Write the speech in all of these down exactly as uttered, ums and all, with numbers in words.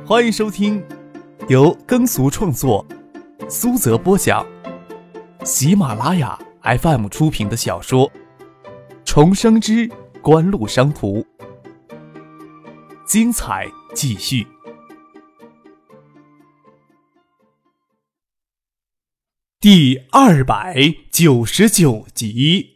欢迎收听由耕俗创作、苏泽播讲、喜马拉雅 F M 出品的小说《重生之官路商途》，精彩继续。第二百九十九集。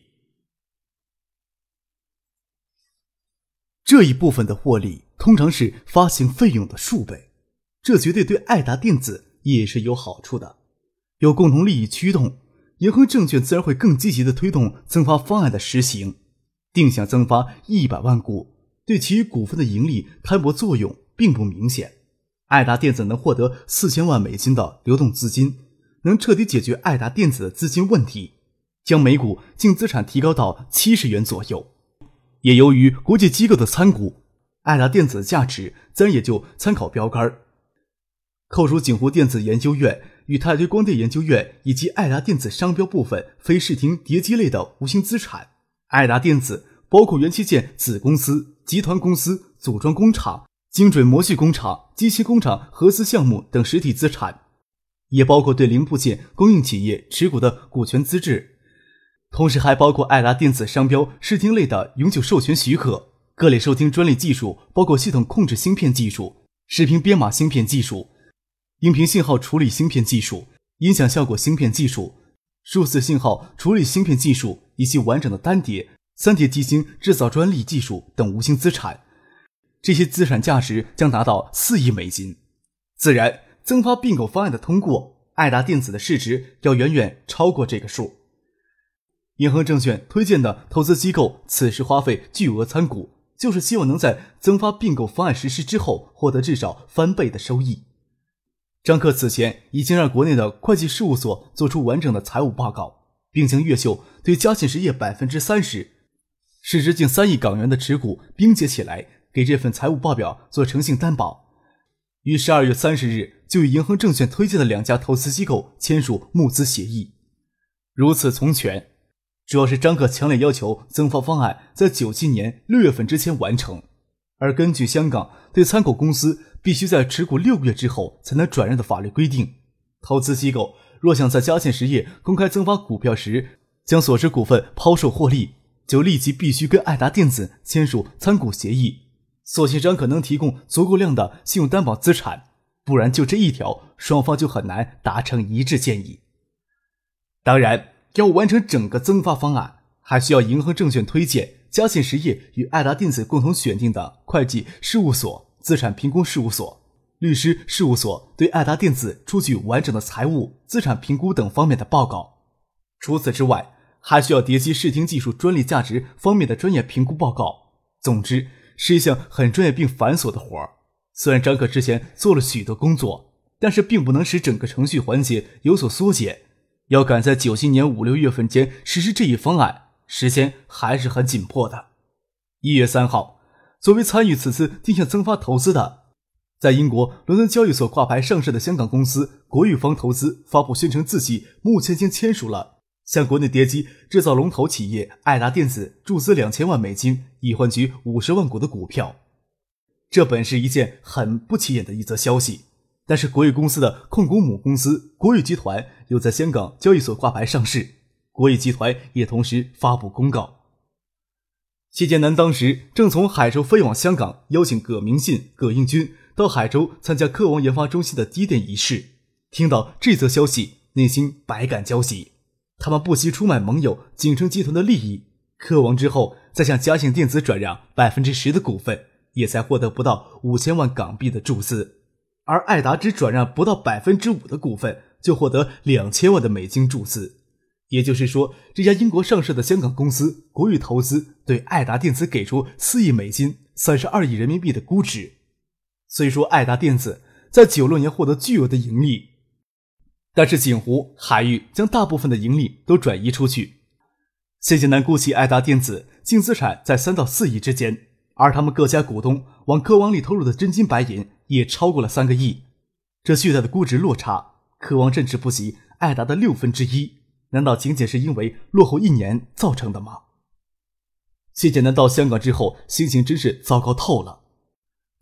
这一部分的获利通常是发行费用的数倍，这绝对对爱达电子也是有好处的。有共同利益驱动，银河证券自然会更积极地推动增发方案的实行。定向增发一百万股，对其余股份的盈利摊薄作用并不明显。爱达电子能获得四千万美金的流动资金，能彻底解决爱达电子的资金问题，将每股净资产提高到七十元左右。也由于国际机构的参股，爱达电子的价值自然也就参考标杆。扣除景湖电子研究院与太堆光电研究院以及爱达电子商标部分非视听叠机类的无形资产，爱达电子包括元器件子公司、集团公司、组装工厂、精准模具工厂、机器工厂、合资项目等实体资产，也包括对零部件供应企业持股的股权资质，同时还包括爱达电子商标视听类的永久授权许可，各类收听专利技术包括系统控制芯片技术、视频编码芯片技术、音频信号处理芯片技术、音响效果芯片技术、数字信号处理芯片技术以及完整的单碟、三碟机芯制造专利技术等无形资产。这些资产价值将达到四亿美金。自然，增发并购方案的通过，爱达电子的市值要远远超过这个数。银河证券推荐的投资机构此时花费巨额参股，就是希望能在增发并购方案实施之后获得至少翻倍的收益。张克此前已经让国内的会计事务所做出完整的财务报告，并将越秀对嘉信实业 百分之三十 市值近三亿港元的持股冰结起来，给这份财务报表做诚信担保。于十二月三十日就与银河证券推荐的两家投资机构签署募资协议。如此从权，主要是张克强烈要求增发方案在九七年六月份之前完成，而根据香港对参股公司必须在持股六个月之后才能转让的法律规定，投资机构若想在嘉信实业公开增发股票时将所持股份抛售获利，就立即必须跟爱达电子签署参股协议。所幸张可能提供足够量的信用担保资产，不然就这一条，双方就很难达成一致建议。当然，要完成整个增发方案，还需要银河证券推荐、嘉信实业与爱达电子共同选定的会计事务所、资产评估事务所、律师事务所对爱达电子出具完整的财务、资产评估等方面的报告。除此之外，还需要叠机视听技术专利价值方面的专业评估报告。总之，是一项很专业并繁琐的活儿。虽然张可之前做了许多工作，但是并不能使整个程序环节有所缩减。要赶在九七年五六月份间实施这一方案，时间还是很紧迫的。一月三号，作为参与此次定向增发投资的，在英国伦敦交易所挂牌上市的香港公司国裕方投资发布宣称自己目前已经签署了向国内叠机制造龙头企业爱达电子注资两千万美金，以换取五十万股的股票。这本是一件很不起眼的一则消息，但是国裕公司的控股母公司国裕集团又在香港交易所挂牌上市，国裕集团也同时发布公告。谢剑南当时正从海州飞往香港，邀请葛明信、葛应军到海州参加科王研发中心的低电仪式。听到这则消息，内心百感交集。他们不惜出卖盟友景城集团的利益，科王之后再向嘉信电子转让 百分之十 的股份，也才获得不到五千万港币的注资。而爱达只转让不到 百分之五 的股份，就获得两千万的美金注资。也就是说，这家英国上市的香港公司国裕投资对爱达电子给出四亿美金、三十二亿人民币的估值。虽说爱达电子在九六年获得巨额的盈利，但是景湖、海域将大部分的盈利都转移出去。谢剑南估计爱达电子净资产在三到四亿之间，而他们各家股东往科王里投入的真金白银也超过了三个亿。这巨大的估值落差，科王甚至不及爱达的六分之一，难道仅仅是因为落后一年造成的吗？谢剑南到香港之后，心情真是糟糕透了。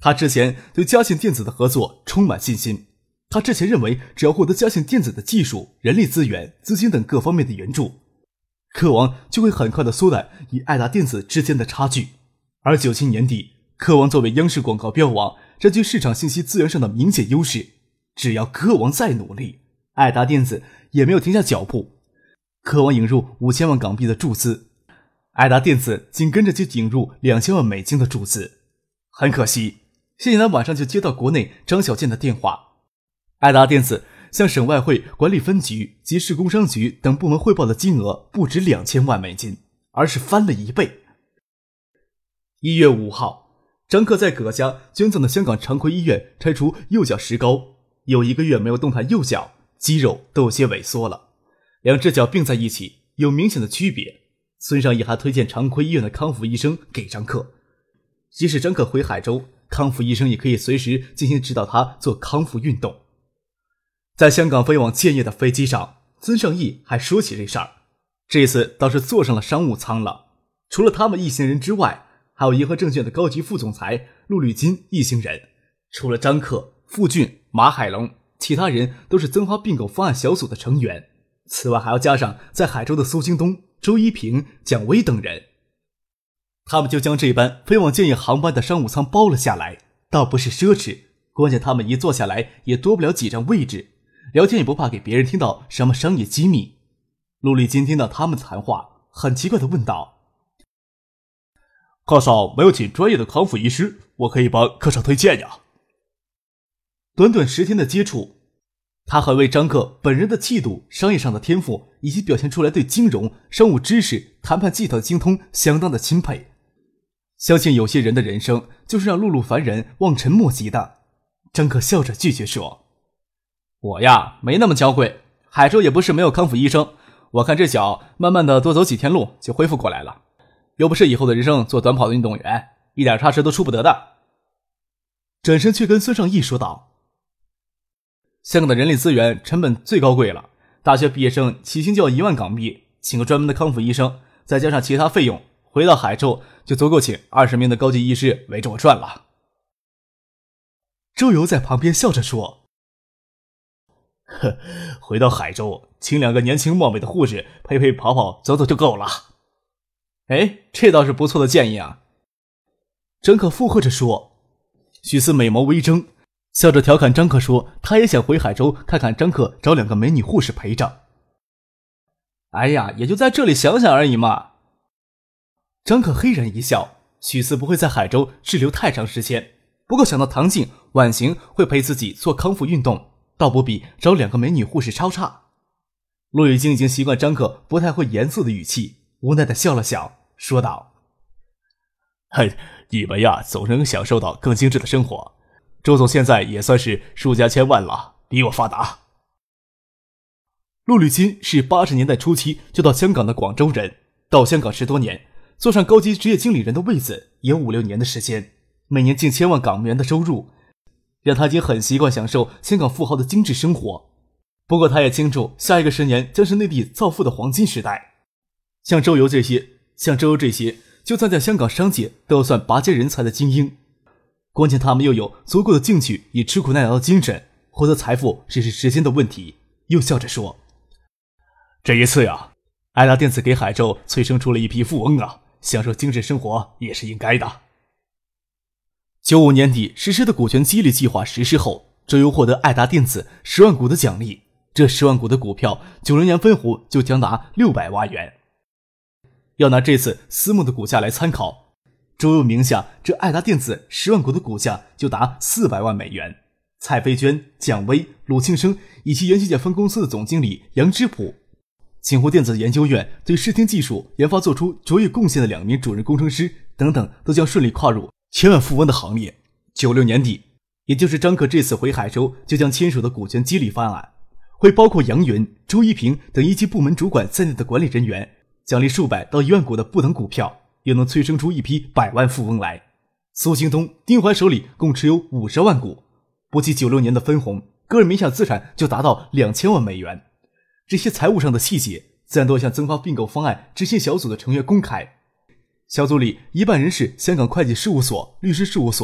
他之前对嘉信电子的合作充满信心，他之前认为只要获得嘉信电子的技术、人力资源、资金等各方面的援助，科王就会很快地缩短与爱达电子之间的差距。而九七年底，科王作为央视广告标王，占据市场信息资源上的明显优势，只要科王再努力，爱达电子也没有停下脚步。科王引入五千万港币的注资，爱达电子紧跟着就引入两千万美金的注资。很可惜，谢晋南晚上就接到国内张小建的电话，爱达电子向省外汇管理分局及市工商局等部门汇报的金额不止两千万美金，而是翻了一倍。一月五号，张克在葛家捐赠的香港长葵医院拆除右脚石膏，有一个月没有动弹右脚，肌肉都有些萎缩了，两只脚并在一起有明显的区别。孙尚义还推荐长葵医院的康复医生给张克，即使张克回海州，康复医生也可以随时进行指导他做康复运动。在香港飞往建业的飞机上，孙尚义还说起这事儿，这次倒是坐上了商务舱了。除了他们一行人之外，还有银河证券的高级副总裁陆履金一行人。除了张克、傅俊、马海龙，其他人都是增发并购方案小组的成员。此外还要加上在海州的苏京东、周一平、蒋威等人。他们就将这班飞往建业航班的商务舱包了下来，倒不是奢侈，关键他们一坐下来也多不了几张位置，聊天也不怕给别人听到什么商业机密。陆履金听到他们谈话，很奇怪地问道：客少没有请专业的康复医师，我可以帮客少推荐呀。短短十天的接触，他还为张克本人的气度、商业上的天赋以及表现出来对金融、商务知识、谈判技巧的精通相当的钦佩。相信有些人的人生就是让碌碌凡人望尘莫及的。张克笑着拒绝说：我呀没那么娇贵，海州也不是没有康复医生，我看这脚慢慢的多走几天路就恢复过来了，又不是以后的人生做短跑的运动员，一点差池都出不得的。转身却跟孙尚义说道：香港的人力资源成本最高贵了，大学毕业生起薪就要一万港币，请个专门的康复医生，再加上其他费用，回到海州就足够请二十名的高级医师围着我转了。周游在旁边笑着说：呵，回到海州请两个年轻貌美的护士陪陪跑跑走走就够了。哎，这倒是不错的建议啊。张克附和着说。许四美眸微睁，笑着调侃张克说他也想回海州看看张克找两个美女护士陪着。哎呀，也就在这里想想而已嘛。张克嘿然一笑，许四不会在海州滞留太长时间，不过想到唐静、婉行会陪自己做康复运动，倒不比找两个美女护士超差。陆羽京已经习惯张克不太会严肃的语气，无奈的笑了笑，说道：嘿，你们呀总能享受到更精致的生活，周总现在也算是数家千万了，比我发达。陆履金是八十年代初期就到香港的广州人，到香港十多年，坐上高级职业经理人的位子也有五六年的时间，每年近千万港元的收入，让他已经很习惯享受香港富豪的精致生活。不过他也清楚，下一个十年将是内地造富的黄金时代。像周游这些，像周游这些，就算在香港商界都要算拔尖人才的精英。关键他们又有足够的进取与吃苦耐劳的精神，获得财富只是时间的问题。又笑着说：这一次呀，爱达电子给海州催生出了一批富翁啊，享受精致生活也是应该的。九五年底实施的股权激励计划实施后，周游获得爱达电子十万股的奖励，这十万股的股票九零年分红就将达六百万元。要拿这次私募的股价来参考，周游名下这爱达电子十万股的股价就达四百万美元。蔡飞娟、蒋威、鲁庆生以及元器件分公司的总经理杨之普，锦湖电子研究院对视听技术研发做出卓越贡献的两名主任工程师等等，都将顺利跨入千万富翁的行列。九六年底，也就是张克这次回海州就将签署的股权激励方案，会包括杨云、周一平等一级部门主管在内的管理人员，奖励数百到一万股的不等股票，又能催生出一批百万富翁来。苏京东、丁怀手里共持有五十万股，不计九六年的分红，个人名下资产就达到两千万美元。这些财务上的细节，自然都向增发并购方案执行小组的成员公开。小组里一半人是香港会计事务所、律师事务所、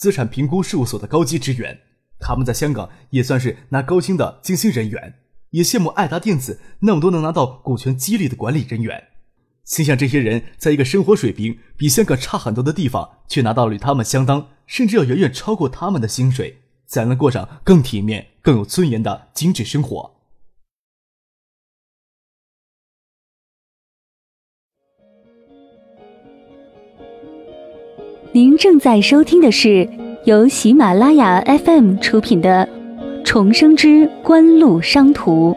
资产评估事务所的高级职员，他们在香港也算是拿高薪的精英人员，也羡慕爱达电子那么多能拿到股权激励的管理人员，心想这些人在一个生活水平比香港差很多的地方，却拿到了与他们相当，甚至要远远超过他们的薪水，才能过上更体面、更有尊严的精致生活。 您正在收听的是由喜马拉雅 F M 出品的《重生之官路商途》。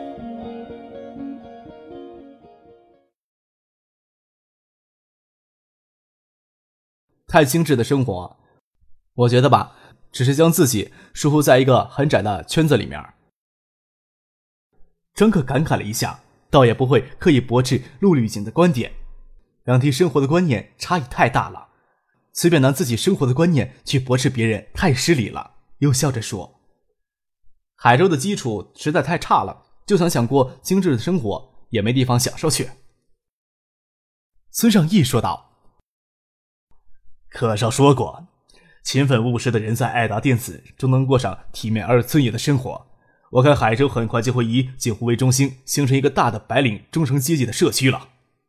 太精致的生活，我觉得吧，只是将自己束缚在一个很窄的圈子里面。张克感慨了一下，倒也不会刻意驳斥陆律景的观点，两地生活的观念差异太大了，随便拿自己生活的观念去驳斥别人太失礼了，又笑着说，海州的基础实在太差了，就算想过精致的生活也没地方享受去。孙尚义说道， 客上说过，勤奋务实的人在爱达电子终能过上体面而尊严的生活。我看海州很快就会以锦湖为中心，形成一个大的白领中层阶级的社区了。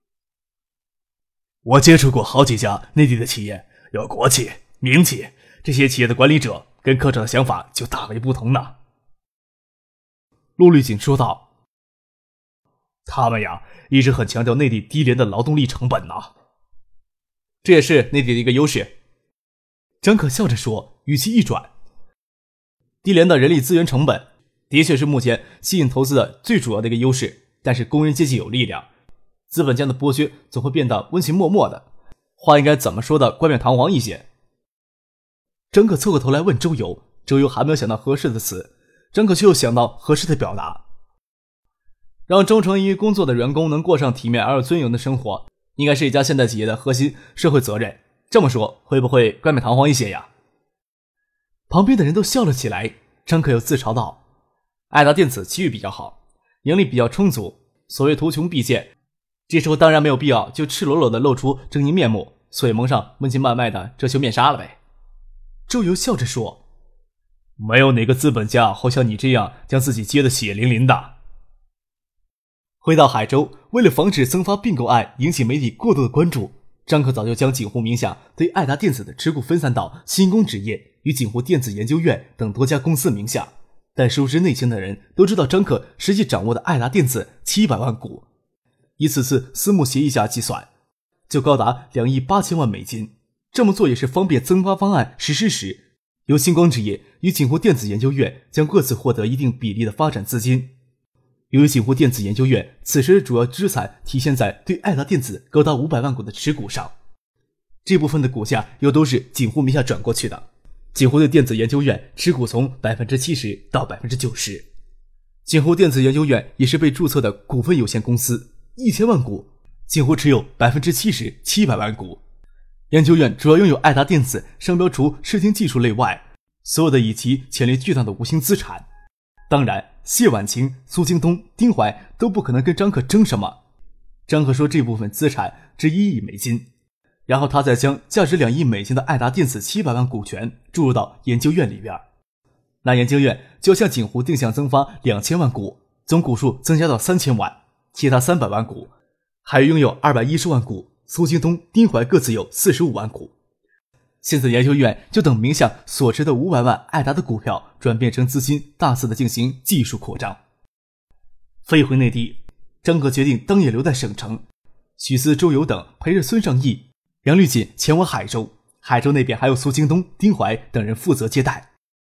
我接触过好几家内地的企业，有国企、民企，这些企业的管理者跟科长的想法就大为不同呢。 陆律景说道， 他们呀，一直很强调内地低廉的劳动力成本呢。 这也是内地的一个优势。张可笑着说，语气一转，低廉的人力资源成本的确是目前吸引投资的最主要的一个优势，但是工人阶级有力量，资本家的剥削总会变得温情脉脉的，话应该怎么说的冠冕堂皇一些。张可凑过头来问周游，周游还没有想到合适的词，张可却又想到合适的表达。让忠诚于工作的员工能过上体面而又尊严的生活，应该是一家现代企业的核心社会责任，这么说会不会冠冕堂皇一些呀？旁边的人都笑了起来，张可又自嘲道，爱达电子机遇比较好，盈利比较充足，所谓图穷匕见，这时候当然没有必要就赤裸裸的露出狰狞面目，所以蒙上温情脉脉的遮羞面纱了呗。周游笑着说， 没有哪个资本家会像你这样将自己揭得血淋淋的。 回到海州，为了防止增发并购案引起媒体过度的关注，张可早就将锦湖名下对爱达电子的持股分散到新工纸业与锦湖电子研究院等多家公司名下，但熟知内情的人都知道张可实际掌握的爱达电子七百万股，以此次私募协议下计算，就高达两亿八千万美金。这么做也是方便增发方案实施时，由星光纸业与锦湖电子研究院将各自获得一定比例的发展资金。由于锦湖电子研究院此时主要资产体现在对爱达电子高达五百万股的持股上，这部分的股价又都是锦湖名下转过去的，锦湖对电子研究院持股从 百分之七十 到 百分之九十。 锦湖电子研究院也是被注册的股份有限公司，一千万股，锦湖持有 百分之七十 七百万股。研究院主要拥有爱达电子商标除视听技术类外所有的以其潜力巨大的无形资产。当然谢婉晴、苏京东、丁怀都不可能跟张可争什么。张可说这部分资产值一亿美金，然后他再将价值两亿美金的爱达电子七百万股权注入到研究院里边，那研究院就向锦湖定向增发两千万股，总股数增加到三千万，其他三百万股，还拥有二百一十万股，苏京东、丁怀各自有四十五万股。现在研究院就等名下所持的五百万爱达的股票转变成资金，大肆的进行技术扩张。飞回内地，张可决定当夜留在省城，许思、周游等陪着孙尚义、杨律锦前往海州，海州那边还有苏京东、丁怀等人负责接待。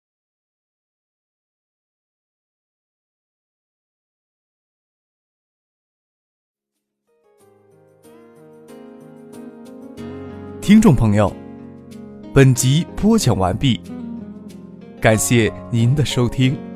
听众朋友，本集播讲完毕，感谢您的收听。